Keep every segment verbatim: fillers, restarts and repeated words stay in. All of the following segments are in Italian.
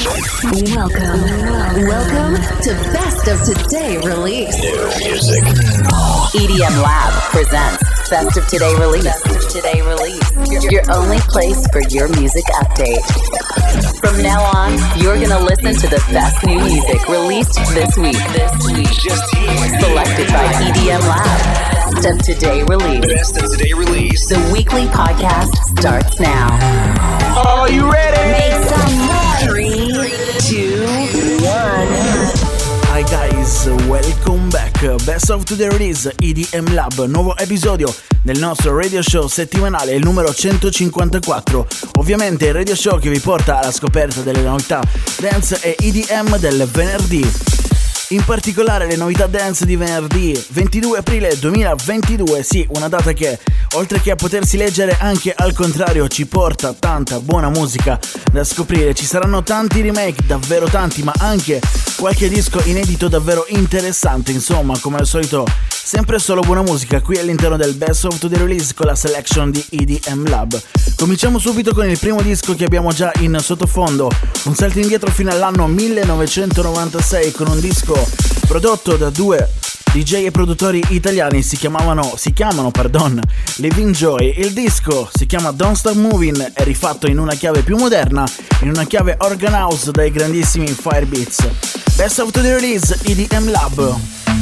Welcome, welcome to Best of Today Release. New music. E D M Lab presents Best of Today Release. Best of Today Release. Your only place for your music update. From now on, you're gonna listen to the best new music released this week. This week, Just here. selected by E D M Lab. Best of Today Release. Best of Today Release. The weekly podcast starts now. Are you ready? Make some noise. Three, two, one. Hi guys, welcome back. Best of Today Release, E D M Lab, nuovo episodio del nostro radio show settimanale, il numero centocinquantaquattro. Ovviamente il radio show che vi porta alla scoperta delle novità dance e E D M del venerdì. In particolare le novità dance di venerdì ventidue aprile duemilaventidue, sì, una data che, oltre che a potersi leggere anche al contrario, ci porta tanta buona musica da scoprire. Ci saranno tanti remake, davvero tanti, ma anche qualche disco inedito davvero interessante. Insomma, come al solito, sempre solo buona musica qui all'interno del Best of Today Release con la selection di E D M Lab. Cominciamo subito con il primo disco che abbiamo già in sottofondo, un salto indietro fino all'anno millenovecentonovantasei con un disco prodotto da due D J e produttori italiani, si chiamavano, si chiamano, pardon, Living Joy. Il disco si chiama Don't Stop Moving, è rifatto in una chiave più moderna, in una chiave organ house dai grandissimi Firebeats. Best of Today Release, E D M Lab.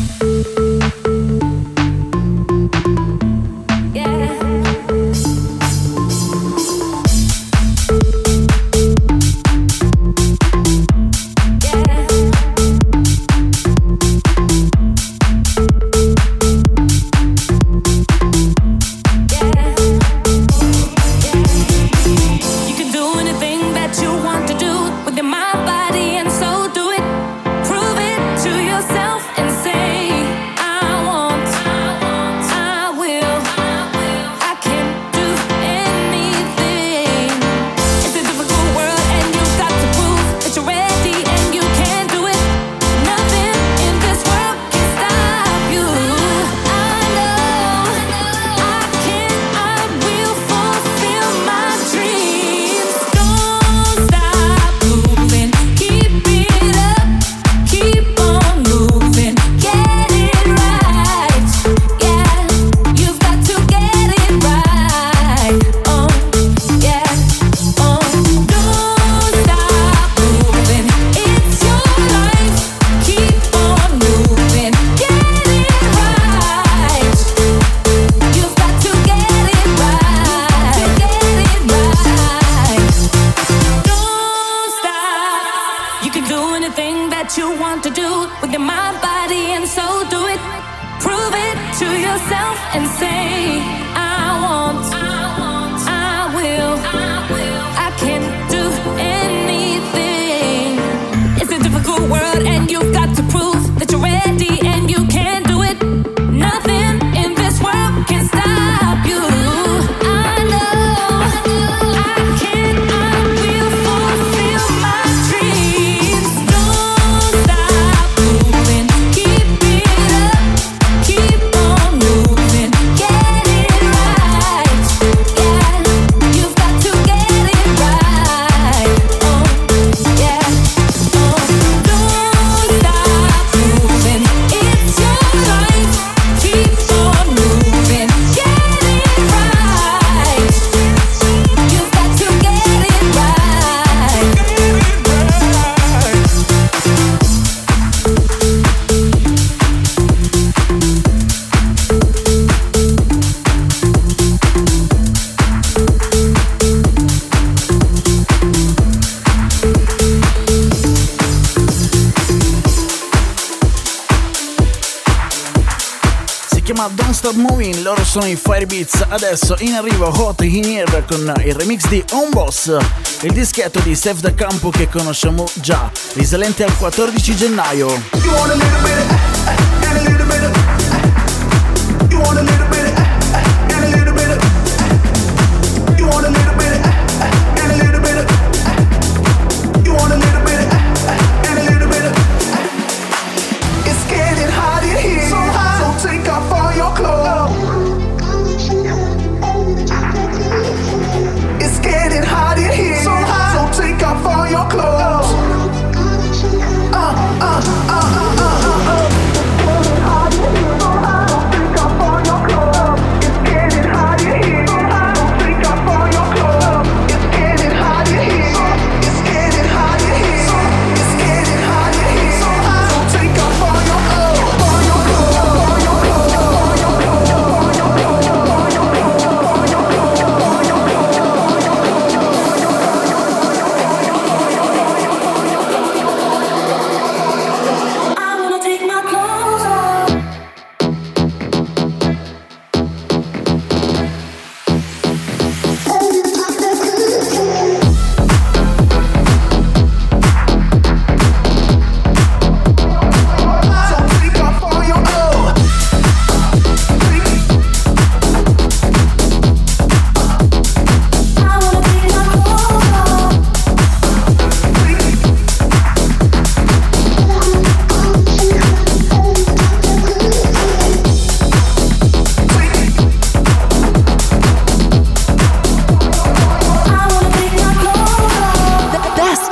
Don't Stop Moving, loro sono i Firebeats. Adesso in arrivo Hot in Here con il remix di On Boss, il dischetto di Steph Da Campo che conosciamo già, risalente al quattordici gennaio. You want a little bit, and a little bit, you want a little bit, and a little bit, you want a little bit, and a little bit, you want a little bit, and a little bit. It's getting hot in here, so hot, so take off all your clothes. It's getting hot in here, so hot, so take off all your clothes.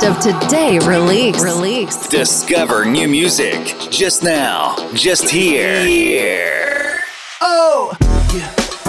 best of today release. Release. Discover new music just now, just here. Here. Oh! Yeah.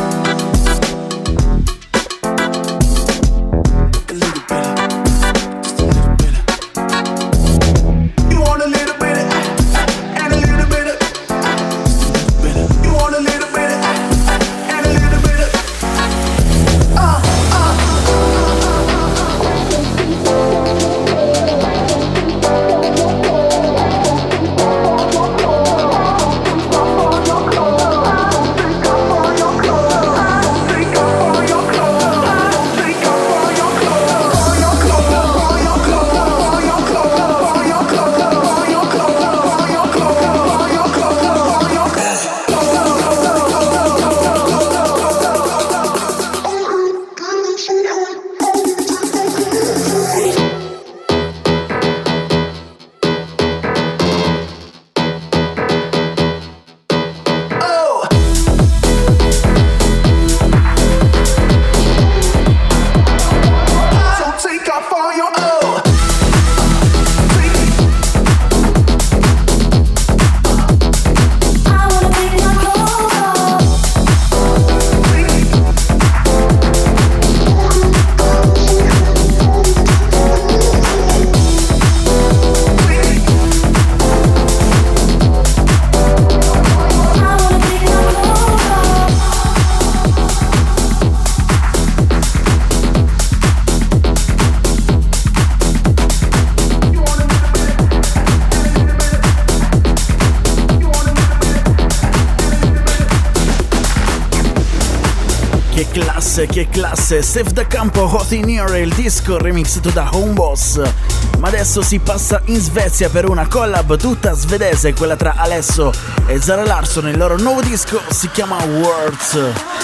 Che classe, Steph Da Campo, Hot in Here, il disco remixato da Homeboss. Ma adesso si passa in Svezia per una collab tutta svedese, quella tra Alesso e Zara Larsson. Il loro nuovo disco si chiama Words.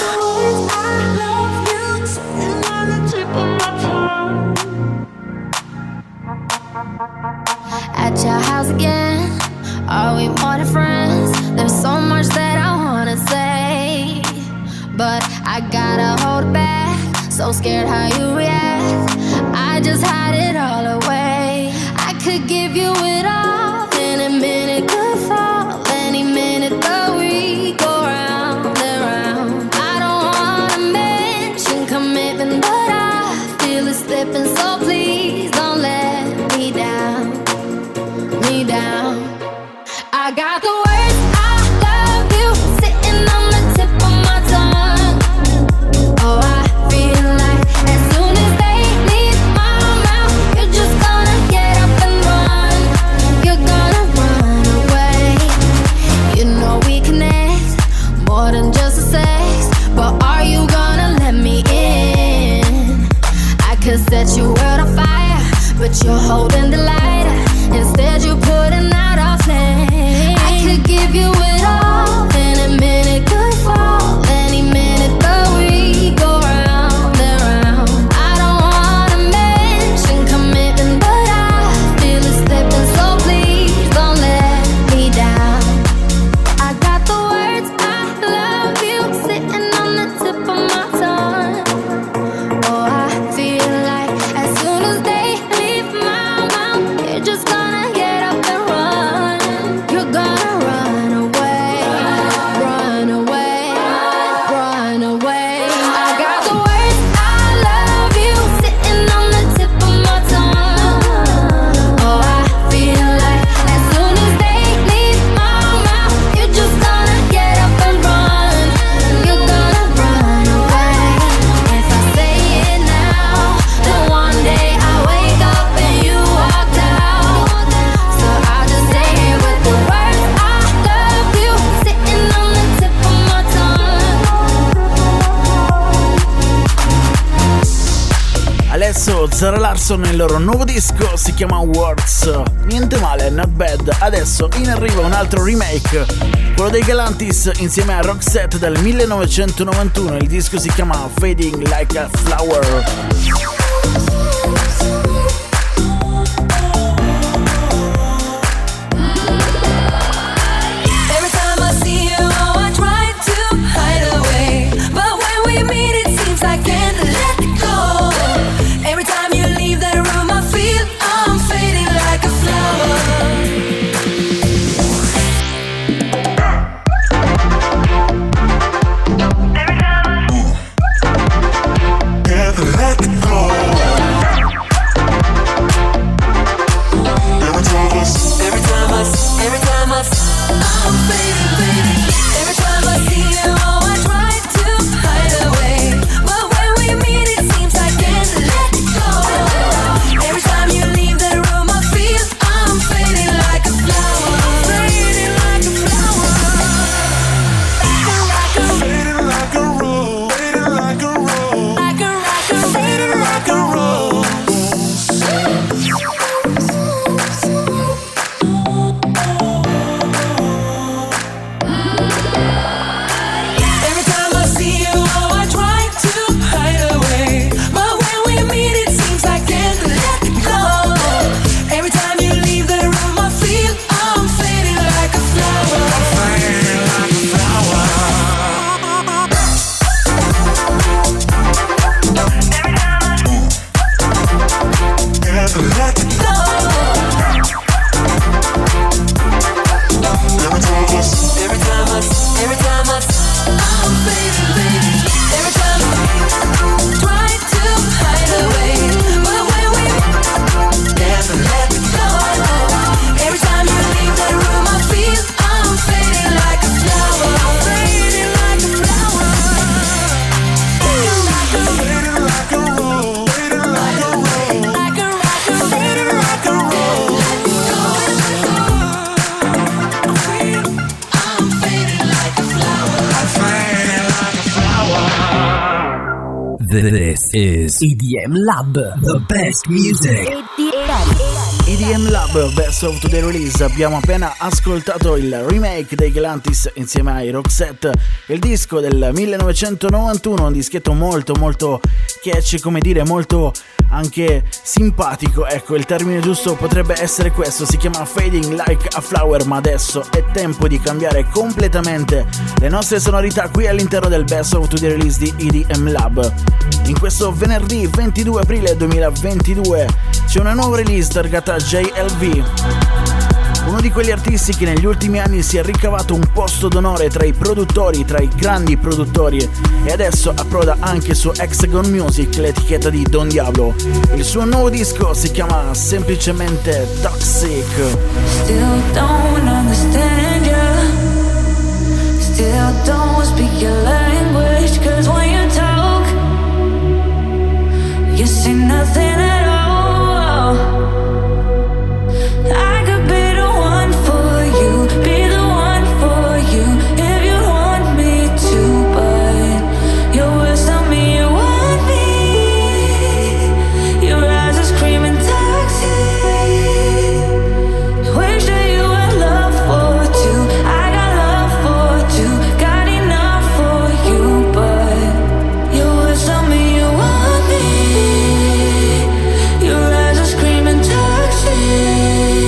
At your house again, are we more than friends? There's so much that I wanna say, but I gotta hold it back, so scared how you react. I just hide it all away. I could give you it all, in a minute could fall, any minute that we go round and round. I don't wanna mention commitment, but I feel it slipping, so please don't let me down, me down. I got the words I love you sitting on the tip of my tongue. Oh, I feel like as soon as they leave my mouth, you're just gonna get up and run. You're gonna run away. You know we connect more than just a sex, but are you gonna let me in? I could set your world on fire, but you're holding the lighter. Instead you're putting out a flame. I could give you it all, in a minute could fall, any minute that we go round and round. I don't wanna mention commitment, but I feel it slipping, so please don't let me down. I got the words I love you sitting on the tip of my tongue. Oh, I feel like as soon as they leave my mouth, you're just gonna get up and run. You're gonna run away, run away, run away. I got the words I love you sitting on the tip of my tongue. Oh, I feel like as soon as they leave my mouth, you're just gonna get up and run. You're gonna run away. If I say it now, then one day I wake up and you walked out. So I'll just say it with the words I love you sitting on the tip of my tongue. Adesso Zara Larsson, il loro nuovo disco si chiama Words. Niente male, not bad. Adesso in arriva un altro remake, quello dei Galantis insieme a Roxette del millenovecentonovantuno. Il disco si chiama Fading Like a Flower. Every time I see you, I try to hide away, but when we meet, it seems I can't let it go. Every time you leave that room, I feel This is E D M Lab, the best music. E D M Lab, Best of Today Release. Abbiamo appena ascoltato il remake dei Galantis insieme ai Roxette, il disco del millenovecentonovantuno, un dischetto molto molto catchy, come dire, molto anche simpatico. Ecco, il termine giusto potrebbe essere questo, si chiama Fading Like a Flower, ma adesso è tempo di cambiare completamente le nostre sonorità qui all'interno del Best of Today Release di E D M Lab. In questo venerdì ventidue aprile duemilaventidue c'è una nuova release targata J L V, uno di quegli artisti che negli ultimi anni si è ricavato un posto d'onore tra i produttori, tra i grandi produttori, e adesso approda anche su Hexagon Music, l'etichetta di Don Diablo. Il suo nuovo disco si chiama semplicemente Toxic. Still don't understand you. Still don't speak your language. Cause when you talk, you say nothing at all. I could be the one for you, be the one for you, if you want me to, but your words tell me you want me. Your eyes are screaming toxic. Wish that you had love for two, I got love for two, got enough for you, but your words tell me you want me. Your eyes are screaming toxic.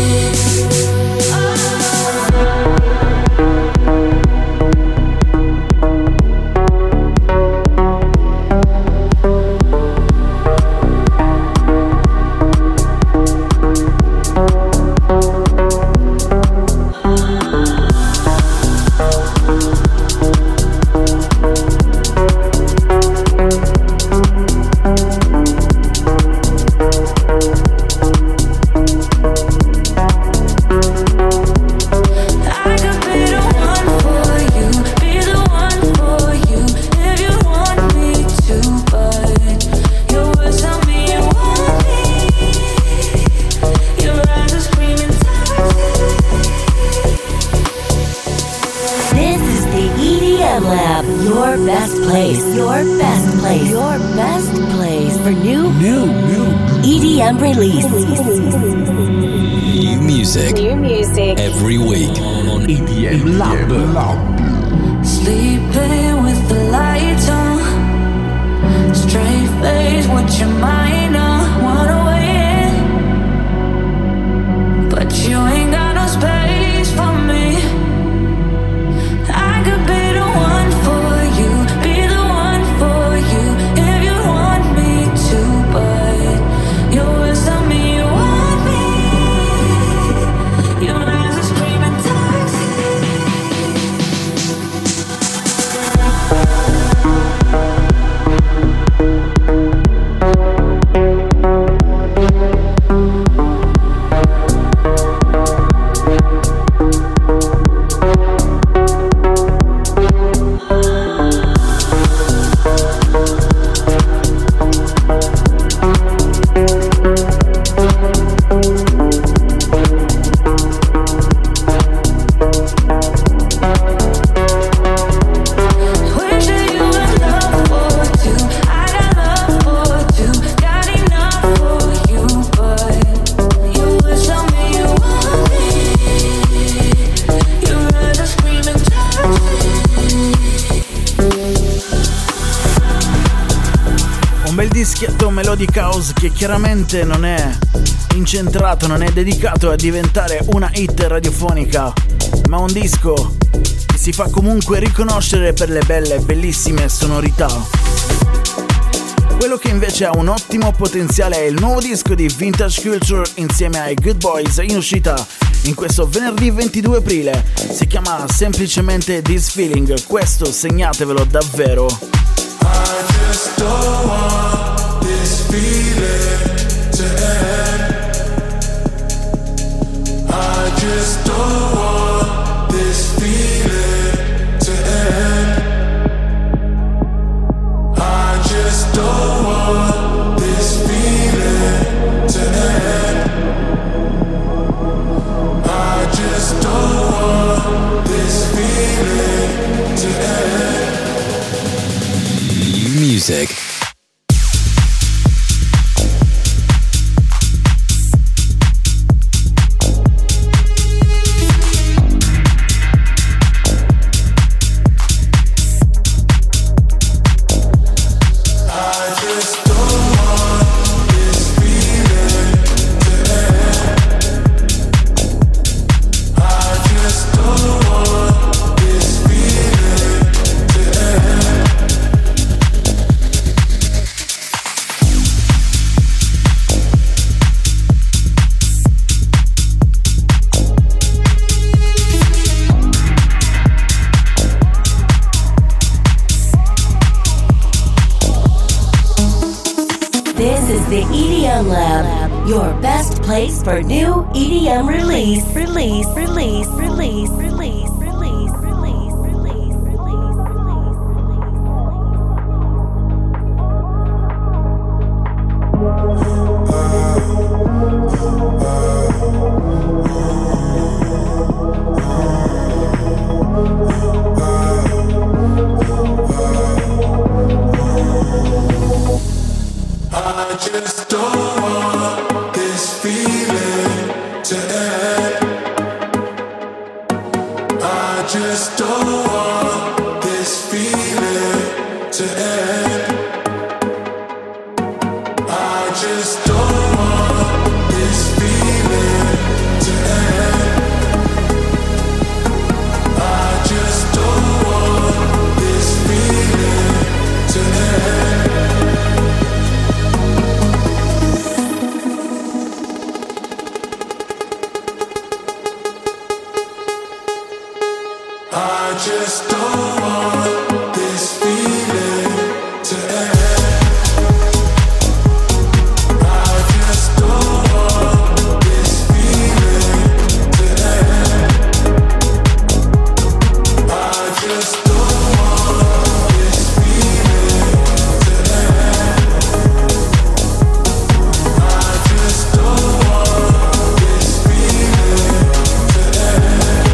Release. New music. New music. Every week on E D M Lab. Sleeping with the lights on. Straight face with your mind on. Wanna weigh in, but you ain't got no space for me. I could be the one for you, be the one for you, if you want me to, but your words tell me you want me. Your eyes are screaming toxic. Schietto Melodic House che chiaramente non è incentrato, non è dedicato a diventare una hit radiofonica, ma un disco che si fa comunque riconoscere per le belle, bellissime sonorità. Quello che invece ha un ottimo potenziale è il nuovo disco di Vintage Culture insieme ai Good Boys, in uscita in questo venerdì ventidue aprile. Si chiama semplicemente This Feeling, questo segnatevelo davvero. I just don't want this feeling to end. I just don't want this feeling to end. I just don't want this feeling to end. I just don't want this feeling to end. Music for new E D M release, release, release, release, release, release, release, release, release. I just don't want this feeling to end. I just don't want this feeling to end. I just don't want this feeling to end. I just don't want this feeling to end. I just don't want this feeling to end. I just don't want this feeling to end. I just don't want this feeling to end. I just don't want this feeling to end.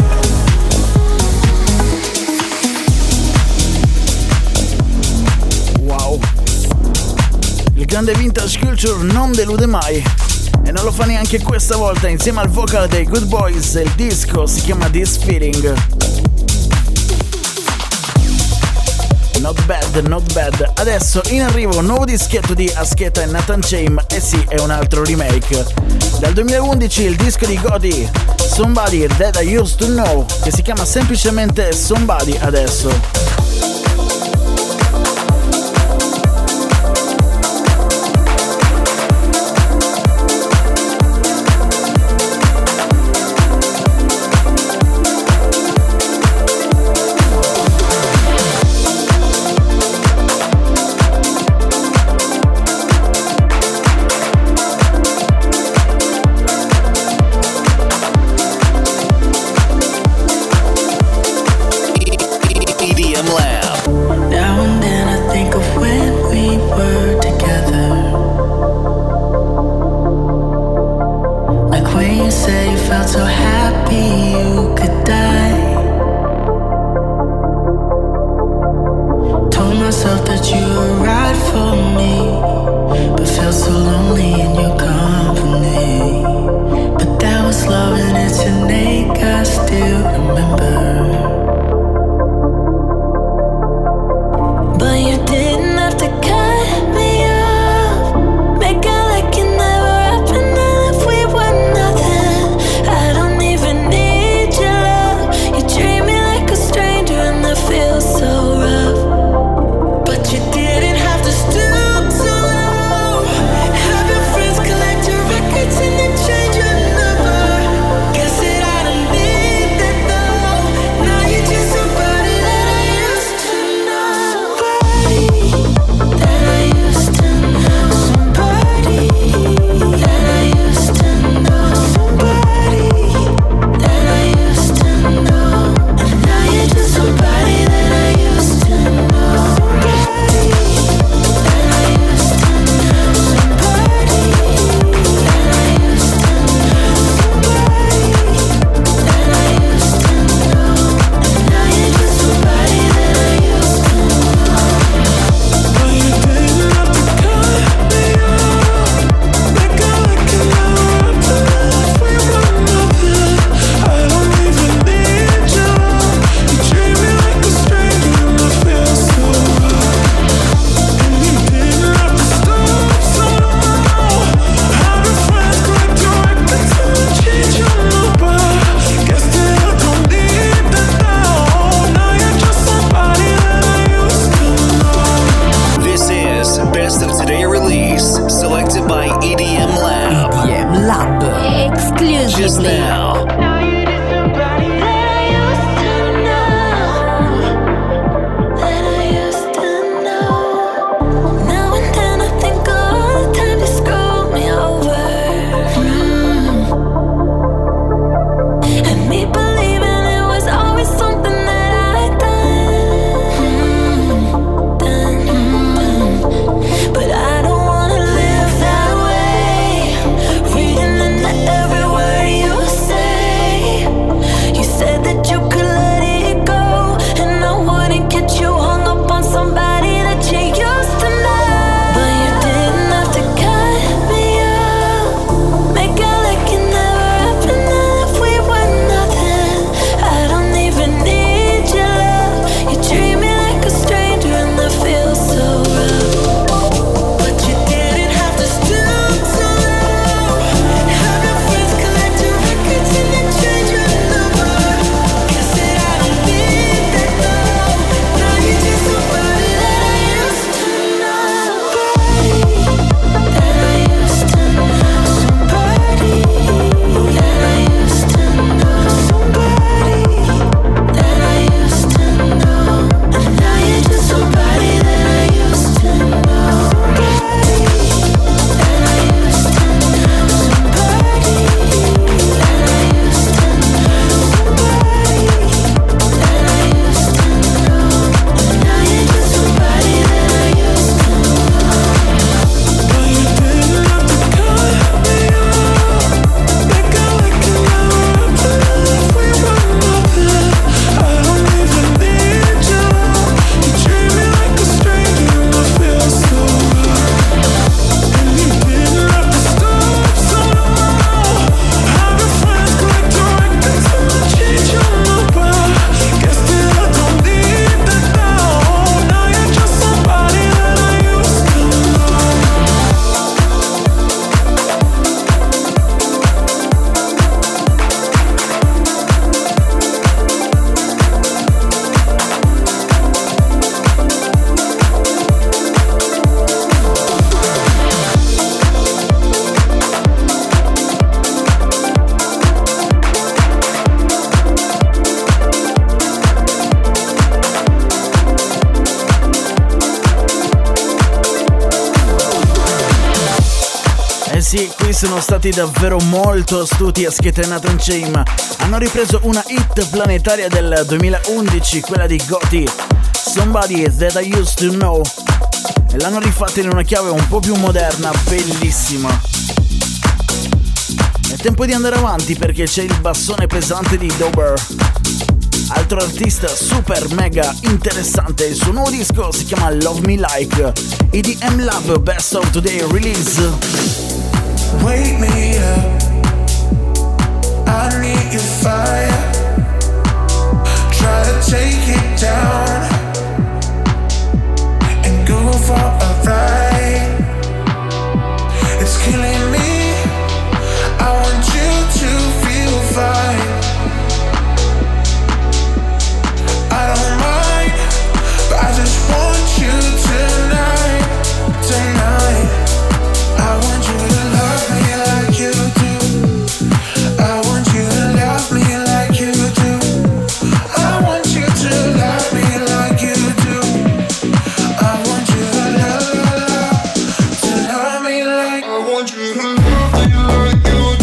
Wow, il grande vintage culture non delude mai e non lo fa neanche questa volta. Insieme al vocal dei Good Boys il disco si chiama This Feeling. Not bad, not bad. Adesso in arrivo un nuovo dischetto di Asketa e Nathan Chaim, e sì, è un altro remake. Dal duemilaundici il disco di Gotti, Somebody That I Used To Know, che si chiama semplicemente Somebody adesso. E D M Lab. Now and then I think of when we were together. Like when you say you felt so happy you could die. Told myself that you were right for me, but felt so lonely in your company. But that was love and it's innate, I still remember. But you didn't have to cut me off. Make out like it never happened, and if we were nothing, I don't even need your love. You treat me like a stranger and that feels so rough. But you didn't have to stoop so low. Have your friends collect your records and then change your number. Guess that I don't need that though. Now you're just somebody that I used to know. That I used to know. Somebody that I used to know. Somebody that I used to know. And now you're just somebody that I used to know. Somebody that I used to know. Somebody that I used to know. Somebody that I used to know. And now you're just somebody that I used to know. But you didn't have to cut me off. Make out like it never happened, if we were nothing. I don't even need your love. You treat me like a stranger and I feel so rough. And you didn't have to stoop so low. Have your friends collect your records and then change your number. Guess that I don't need that now. Now you're just somebody that I used to know. This is Best of Today release, selected by E D M Lab. E D M Lab. Just Exclusively. now. Now you're just somebody that I used to know. That I used to know. Now and then I think of all the time you screwed me over. sono stati davvero molto astuti a Skate and Nathan Chain. Hanno ripreso una hit planetaria del duemilaundici, quella di Gotti, Somebody That I Used To Know, e l'hanno rifatta in una chiave un po' più moderna, bellissima. È tempo di andare avanti perché c'è il bassone pesante di Dober, altro artista super mega interessante. Il suo nuovo disco si chiama Love Me Like, E D M Lab Best of Today Release. Wake me up, I need your fire. Try to take it down and go for a ride. It's killing me, I want you to feel fine. I don't mind, but I just want you tonight, tonight. I want you to love me like you do. I want you to love me like you do. I want you to love me like you do. I want you to love, love, to love me like I want you to love me like you do.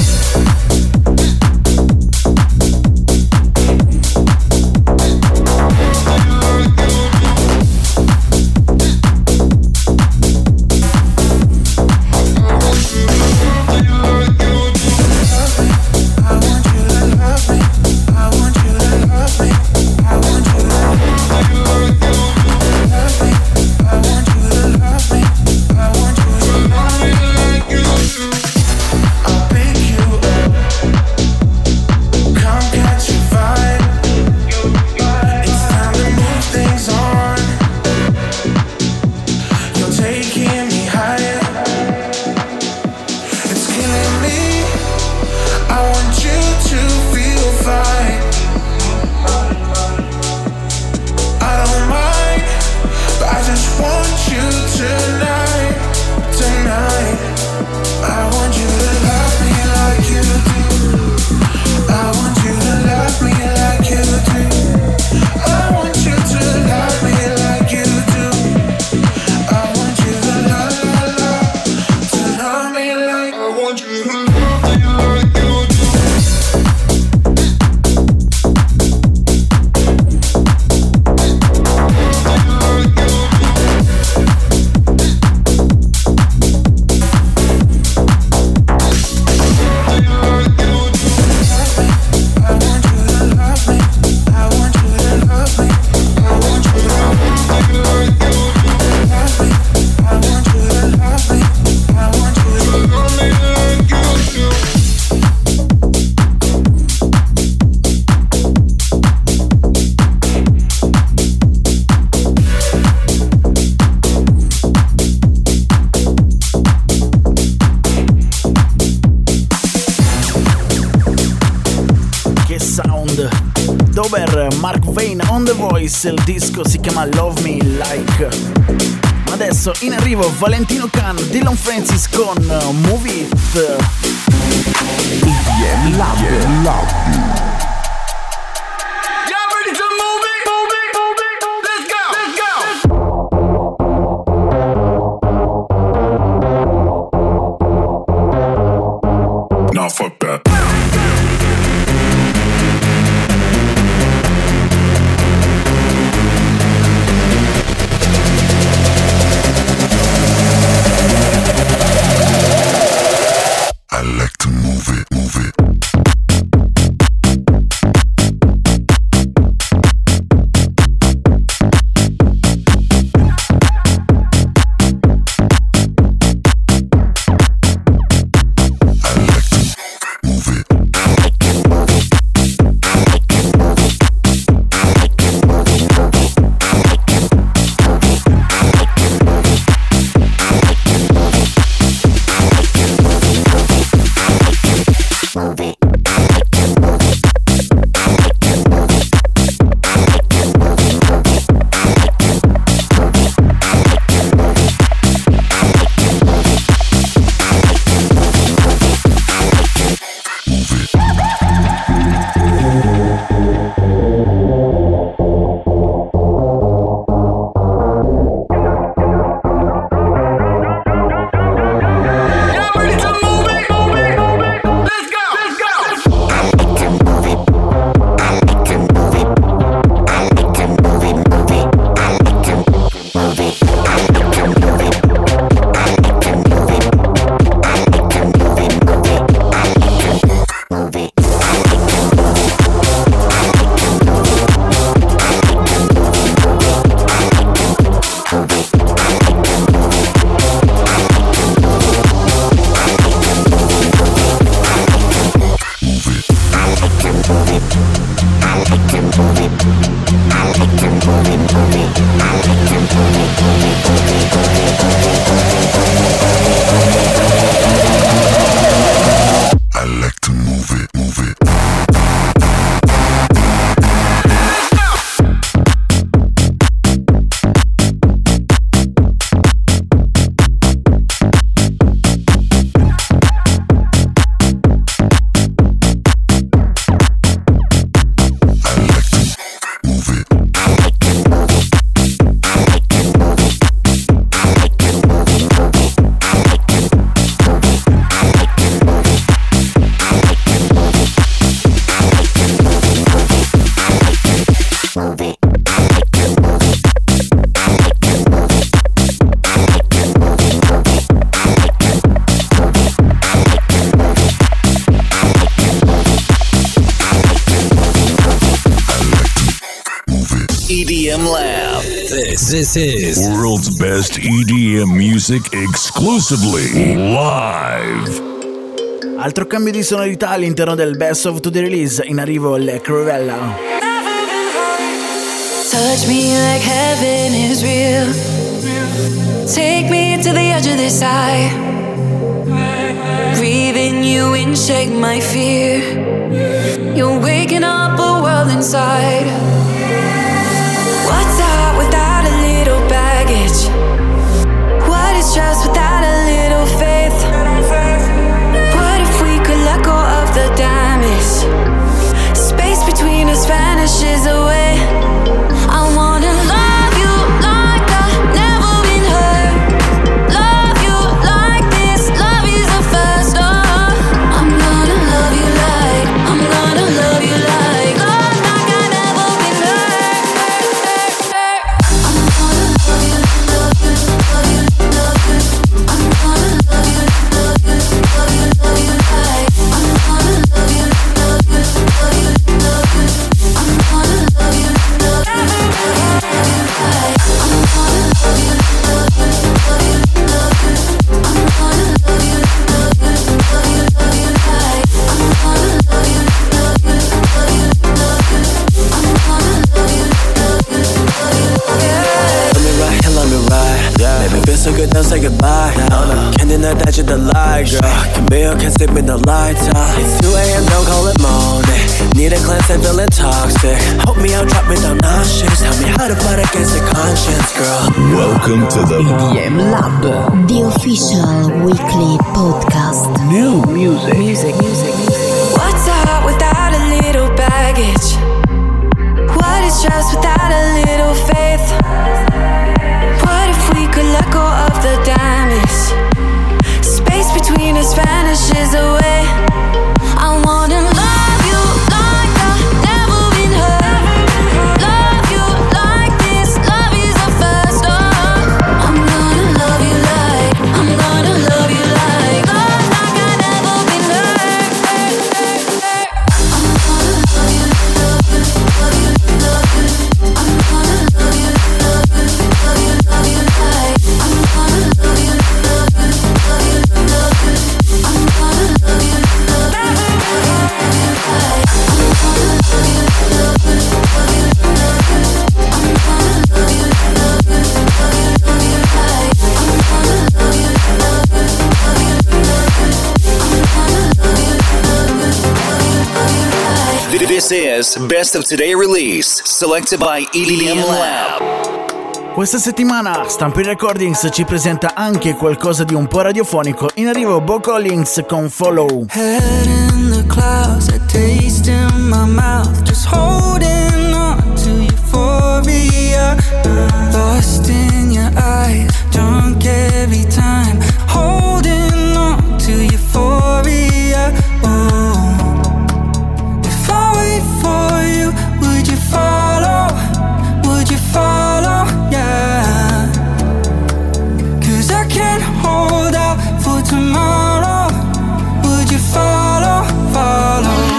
Il disco si chiama Love Me Like. Ma adesso in arrivo Valentino Khan, Dylan Francis con Move It. E D M Lab. Lab. Ready to move D M Lab. This, this is World's best E D M music exclusively live. Altro cambio di sonorità all'interno del Best of Today Release, in arrivo le Crivella. Touch me like heaven is real. Take me to the edge of this eye. Breathing you in, shake my fear. You're waking up a world inside. What's up without a little baggage? What is trust without a little faith? What if we could let go of the damage? Space between us vanishes away. I wanna love you like I've never been hurt. Love you like this, love is the first love. I'm gonna love you like, I'm gonna love you like, love like I've never been hurt. I'm gonna love you, love you, love you, love you. I'm gonna love you, love you, love you, love you like, I'm gonna love you, love you, love you, love you. I'm gonna love you, love you. So good, don't say goodbye. Can't deny that you're the lie, girl. Can be or can't sleep with the lights out. It's two a.m., don't call it morning. Need a cleanse and feeling toxic. Hope me out, drop me down nauseous. Tell me how to fight against the conscience, girl. Welcome to the E D M Lab, the official weekly podcast. New music. Music, music, music. What's up without a little baggage? What is trust without a little faith? What if we could let go of the damage? Space between us vanishes away. I wanna love you like I've never been hurt. Love you like this, love is the first love. I'm gonna love you like, I'm gonna love you like, love like I've never been hurt. I'm gonna love you, love you, love you, love you. I'm gonna love you, love you, love you, love you like, I'm gonna love you, love you, love you, love you. I'm gonna love you, love you, love you, love you like, I'm gonna love you, love you, love you, love you. I'm gonna love you, love you, love you, love you like, I'm gonna love you, love you, love you, love you. I'm gonna love you, love you, love you, love you like. This is Best of Today Release, selected by E D M Lab. Questa settimana Stampede Recordings ci presenta anche qualcosa di un po' radiofonico. In arrivo Bo Collins con Follow. Head in the clouds, a taste in my mouth, just holding on to euphoria. Lost in your eyes, drunk every time, holding on to euphoria. Oh, if I wait for you, would you follow? Would you follow? Yeah, 'cause I can't hold out for tomorrow. Would you follow, follow?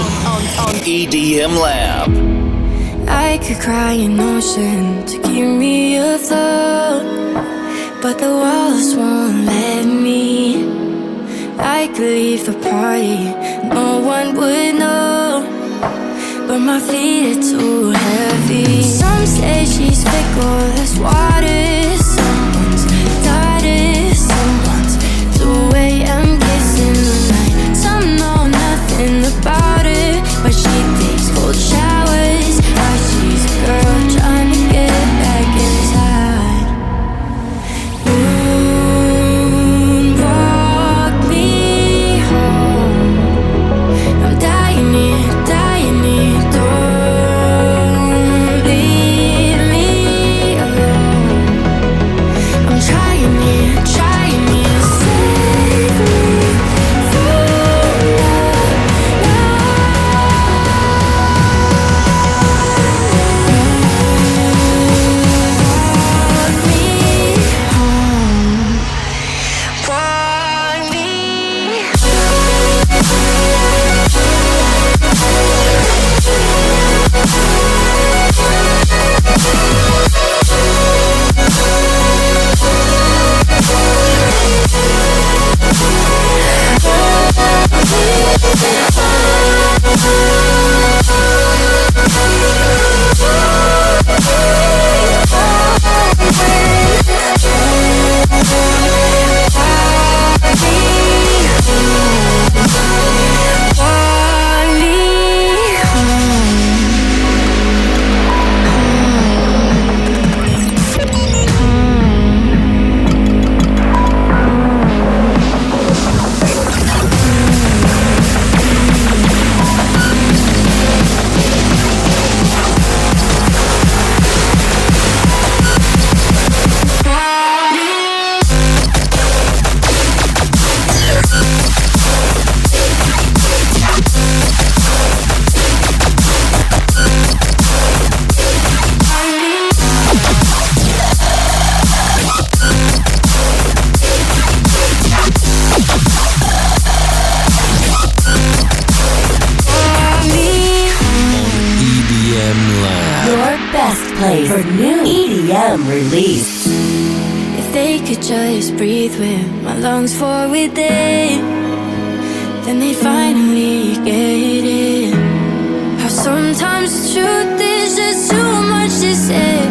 on, on, on E D M Lab. I could cry an ocean to keep me afloat, but the walls won't let me. I could leave the party, no one would know, but my feet are too heavy. Some say she's fickle as water, someone's daughter, someone's two a.m. kissing the night. Some know nothing about her, but she takes cold showers. Why she's a girl trying to get back inside. Moon, walk me home. I'm dying here, dying here. Don't leave me alone. I'm trying here, trying here. Save me from for new E D M release. If they could just breathe with my lungs for a day, then they'd finally get it. How sometimes the truth is just too much to say,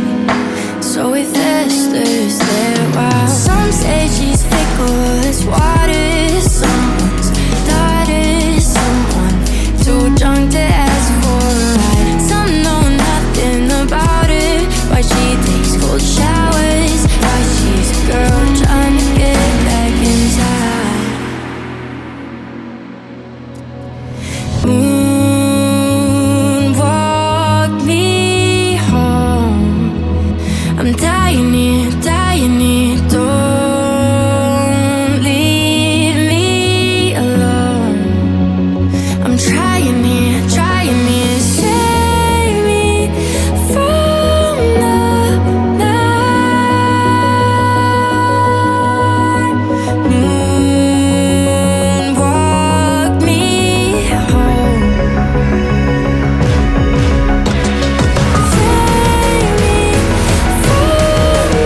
so it festers there a while. Some say she's fickle as water, someone's daughter, someone too drunk to ask for a ride. Some know nothing about her, why she takes cold showers, why she's a girl trying to get back inside. Moon, walk me home. I'm dying here, dying here. Don't leave me alone. I'm trying here, trying here. Save me from the night. Moon, walk me home. Save me from the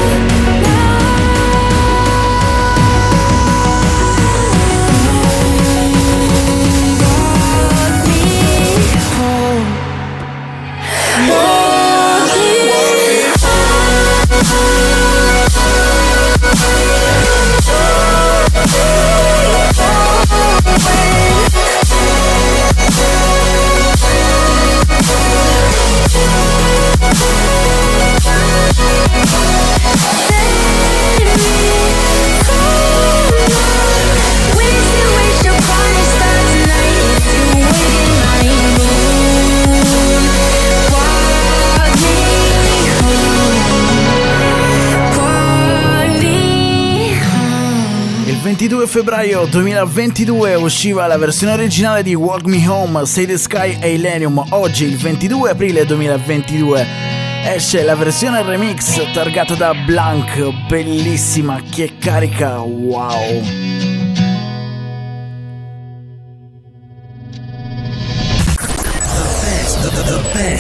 Il ventidue febbraio duemilaventidue usciva la versione originale di Walk Me Home, Say the Sky e Illenium. Oggi, il ventidue aprile duemilaventidue, esce la versione remix targata da Blank, bellissima, che carica, wow!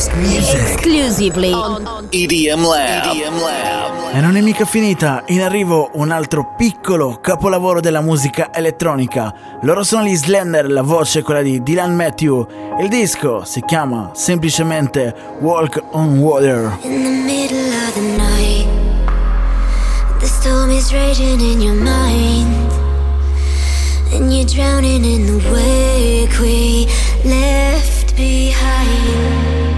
best music exclusively on E D M Lab. E D M Lab. E non è mica finita, in arrivo un altro piccolo capolavoro della musica elettronica. Loro sono gli Slender, la voce è quella di Dylan Matthew. Il disco si chiama semplicemente Walk on Water. In the middle of the night, the storm is raging in your mind, and you're drowning in the wake we left behind.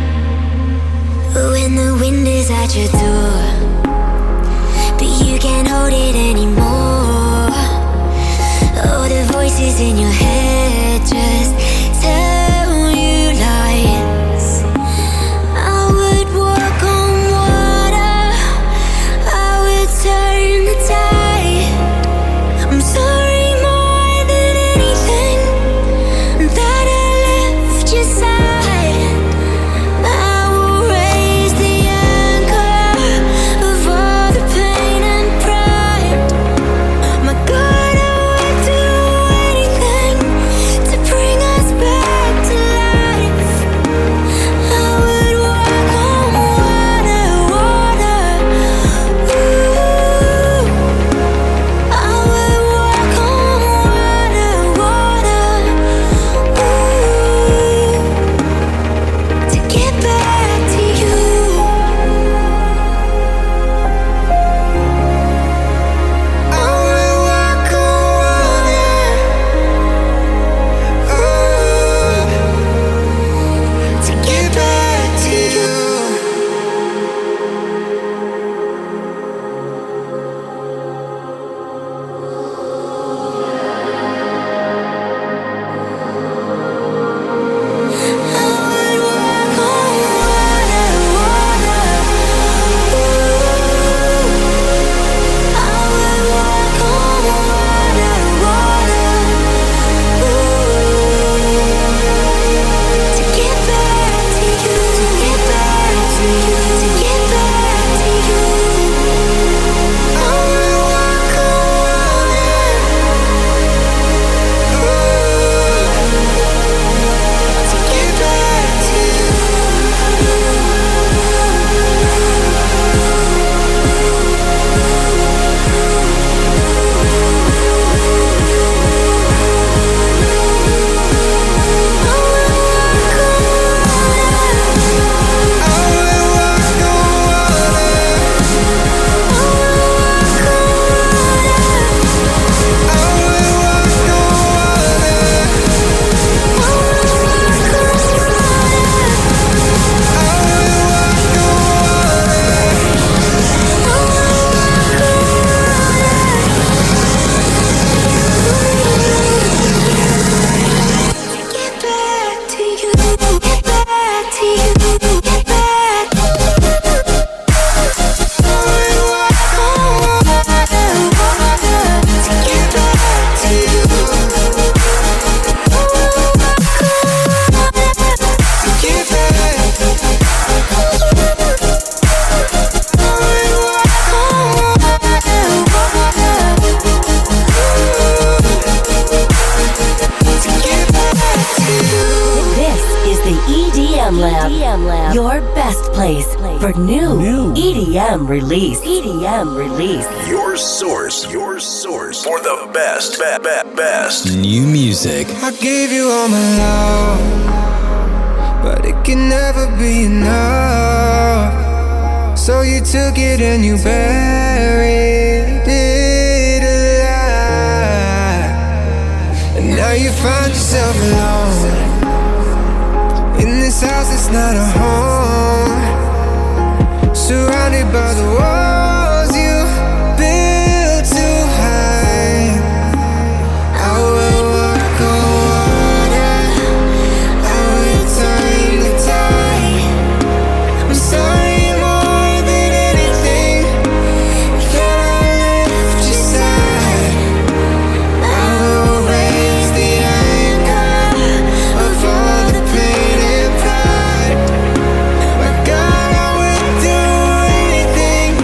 When the wind is at your door, but you can't hold it anymore. Oh, the voices in your head just tell you lies. I would walk on water, I would turn the tide. I'm sorry more than anything that I left your side. I will raise the anchor of all the pain and pride. My God, I would do anything to bring us back to life. I would walk on water, water. Ooh, I would walk on water, water. Ooh, to get back to you. I would walk on water. Ooh, to get back to you. This is the E D M Lab, your best place for new, E D M release. E D M release. Your source, your source for the best, be- be- best new music. I gave you all my love, but it can never be enough. So you took it and you buried it alive. And now you find yourself alone in this house, it's not a home. Surrounded by the walls you built too high. I will walk on water, I will turn the tide. I'm sorry more than anything that I left your side. I will raise the anchor of all the pain and pride. My God, I would do anything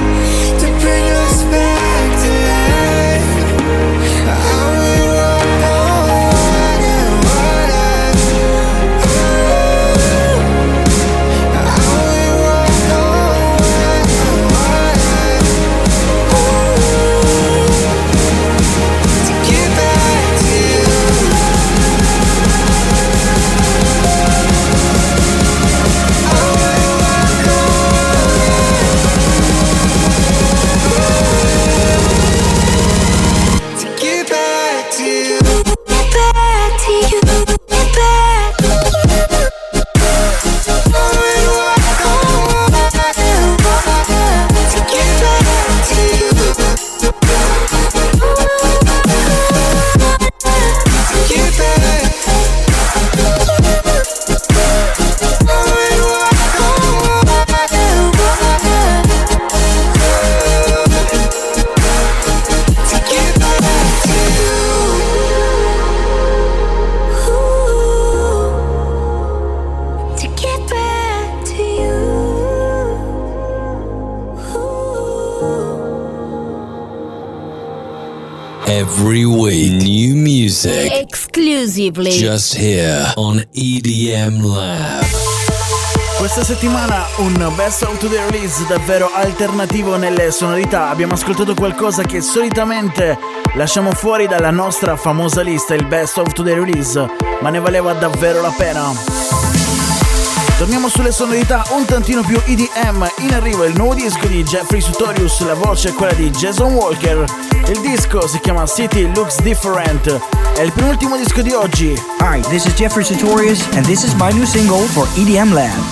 Every week, new music. Exclusively. Just here on E D M Lab. Questa settimana un Best of the Release davvero alternativo nelle sonorità. Abbiamo ascoltato qualcosa che solitamente lasciamo fuori dalla nostra famosa lista, il Best of the Release, ma ne valeva davvero la pena. Torniamo sulle sonorità un tantino più E D M. In arrivo il nuovo disco di Jeffrey Sutorius, la voce è quella di Jason Walker. Il disco si chiama City Looks Different. È il penultimo disco di oggi. Hi, this is Jeffrey Sutorius and this is my new single for E D M Lab.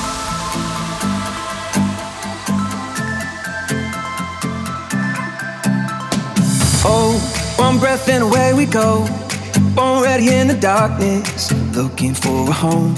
Oh, one breath and away we go. Already in the darkness, looking for a home.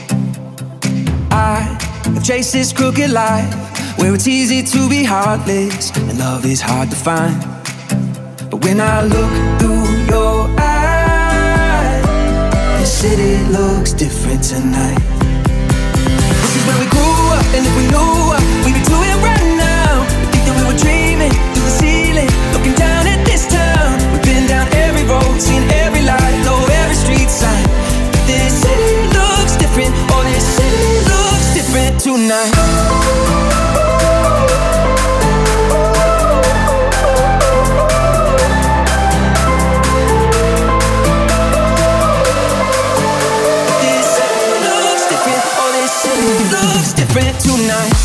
I have chased this crooked life where it's easy to be heartless and love is hard to find. But when I look through your eyes, the city looks different tonight. This is where we grew up, and if we knew what we'd be doing right now, we think that we were dreaming through the ceiling, looking down at this town. We've been down every road, seen every light, know every street sign. But this city looks different, oh this city looks different tonight. Looks different tonight.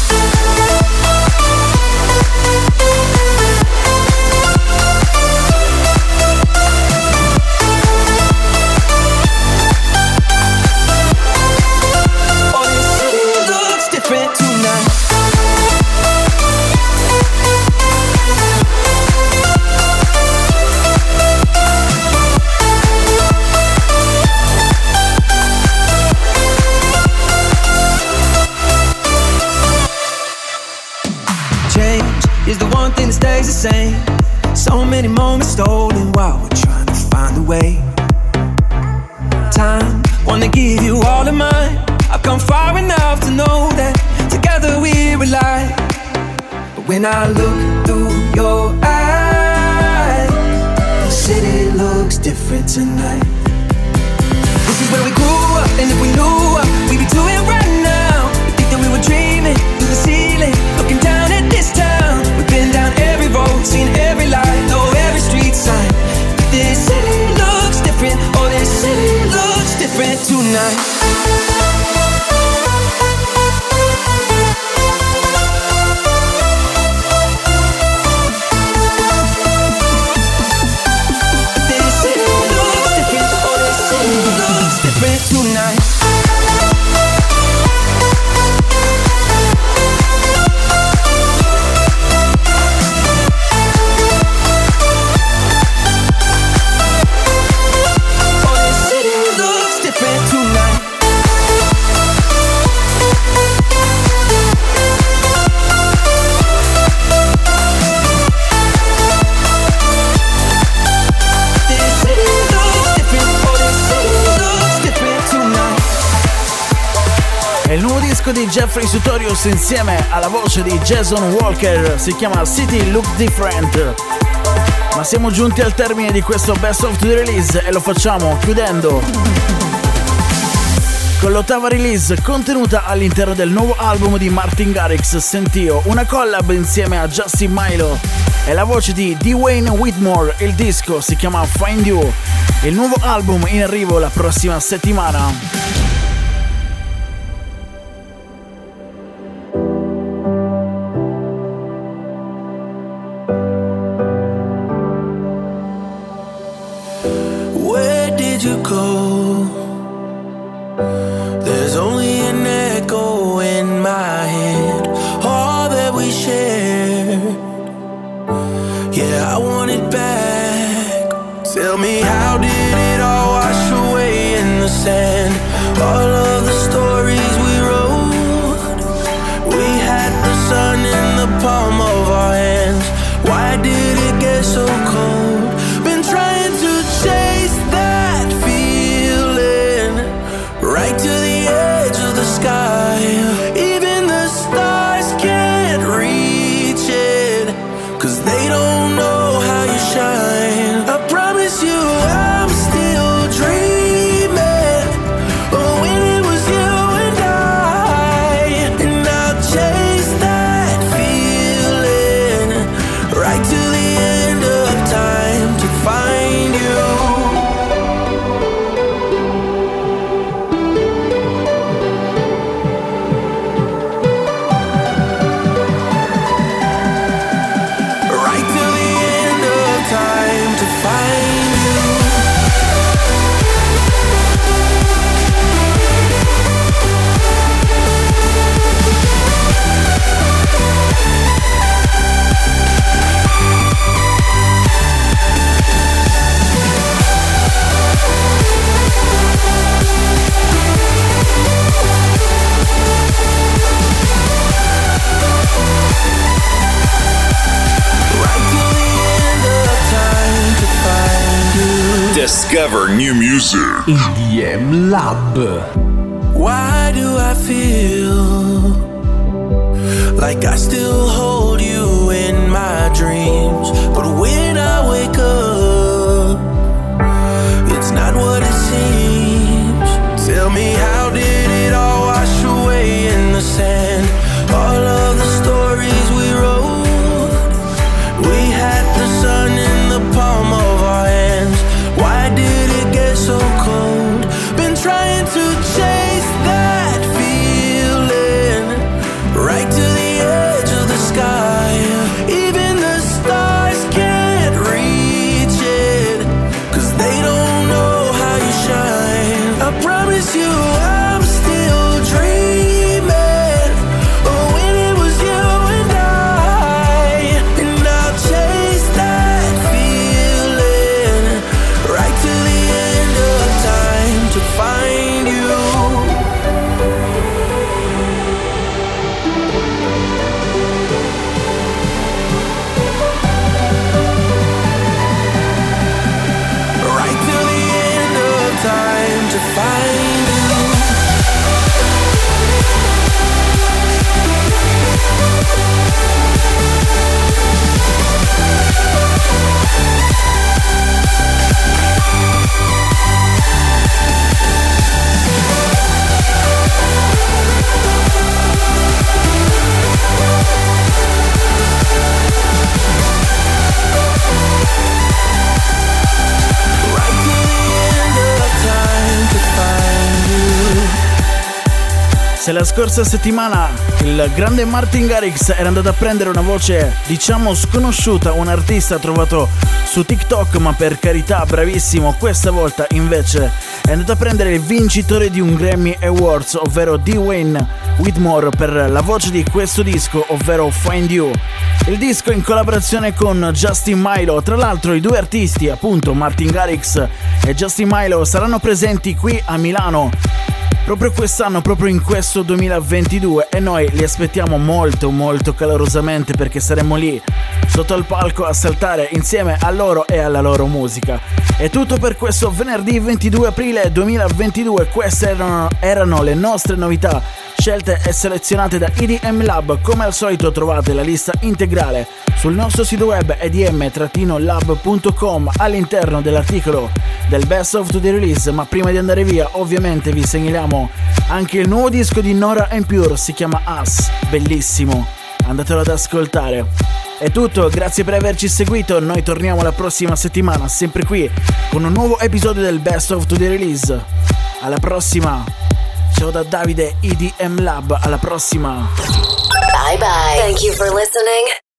Oh, this city looks different tonight. Is the one thing that stays the same. So many moments stolen while we're trying to find a way. Time, wanna give you all of mine. I've come far enough to know that together we're alive. But when I look through your eyes, the city looks different tonight. This is where we grew up, and if we knew what we'd be doing right now, we think that we were dreaming through the ceiling, looking down at this town. We've been down every road, seen every light, know every street sign. But this city looks different, oh this city looks different tonight. This city looks different, oh this city looks different tonight. È il nuovo disco di Jeffrey Sutorius insieme alla voce di Jason Walker, si chiama City Look Different. Ma siamo giunti al termine di questo Best of the Release e lo facciamo chiudendo con l'ottava release contenuta all'interno del nuovo album di Martin Garrix, Sentio, una collab insieme a Justin Milo e la voce di Dwayne Whitmore. Il disco si chiama Find You, il nuovo album in arrivo la prossima settimana. There's only an echo in my head, all that we shared. Yeah, I want it back. Tell me, how did it all wash away in the sand? All of the stories we wrote, we had the sun in the palm of our hands. Why did it get so cold? Been trying to chase that feeling right to the edge of the sky. Discover new music. E D M Lab. Why do I feel like I still hold you in my dreams? But when I wake up, it's not what it seems. Tell me, how did it all wash away in the sand? All of the stories we wrote, we had the sun in the palm of our hands. Why did it get so cold? Been trying to chase that feeling right to the edge of the sky. Even the stars can't reach it, 'cause they don't know how you shine. I promise you I'm still dreaming of when it was you and I. And I'll chase that feeling right to the end of time to find you. Right to the end of time to find you. Se la scorsa settimana il grande Martin Garrix era andato a prendere una voce diciamo sconosciuta, un artista trovato su TikTok, ma per carità bravissimo, questa volta invece è andato a prendere il vincitore di un Grammy Awards, ovvero Dwayne Whitmore, per la voce di questo disco, ovvero Find You. Il disco in collaborazione con Justin Milo. Tra l'altro i due artisti, appunto Martin Garrix e Justin Milo, saranno presenti qui a Milano proprio quest'anno, proprio in questo duemilaventidue, e noi li aspettiamo molto molto calorosamente, perché saremo lì sotto il palco a saltare insieme a loro e alla loro musica. È tutto per questo venerdì ventidue aprile duemilaventidue. Queste erano, erano le nostre novità scelte e selezionate da E D M Lab. Come al solito trovate la lista integrale sul nostro sito web e d m lab punto com all'interno dell'articolo del Best of the Release. Ma prima di andare via ovviamente vi segnaliamo anche il nuovo disco di Nora En Pure, si chiama Us, bellissimo, andatelo ad ascoltare. È tutto, grazie per averci seguito, noi torniamo la prossima settimana sempre qui con un nuovo episodio del Best of the Release. Alla prossima, ciao da Davide, E D M Lab, alla prossima. Bye bye. Thank you for listening.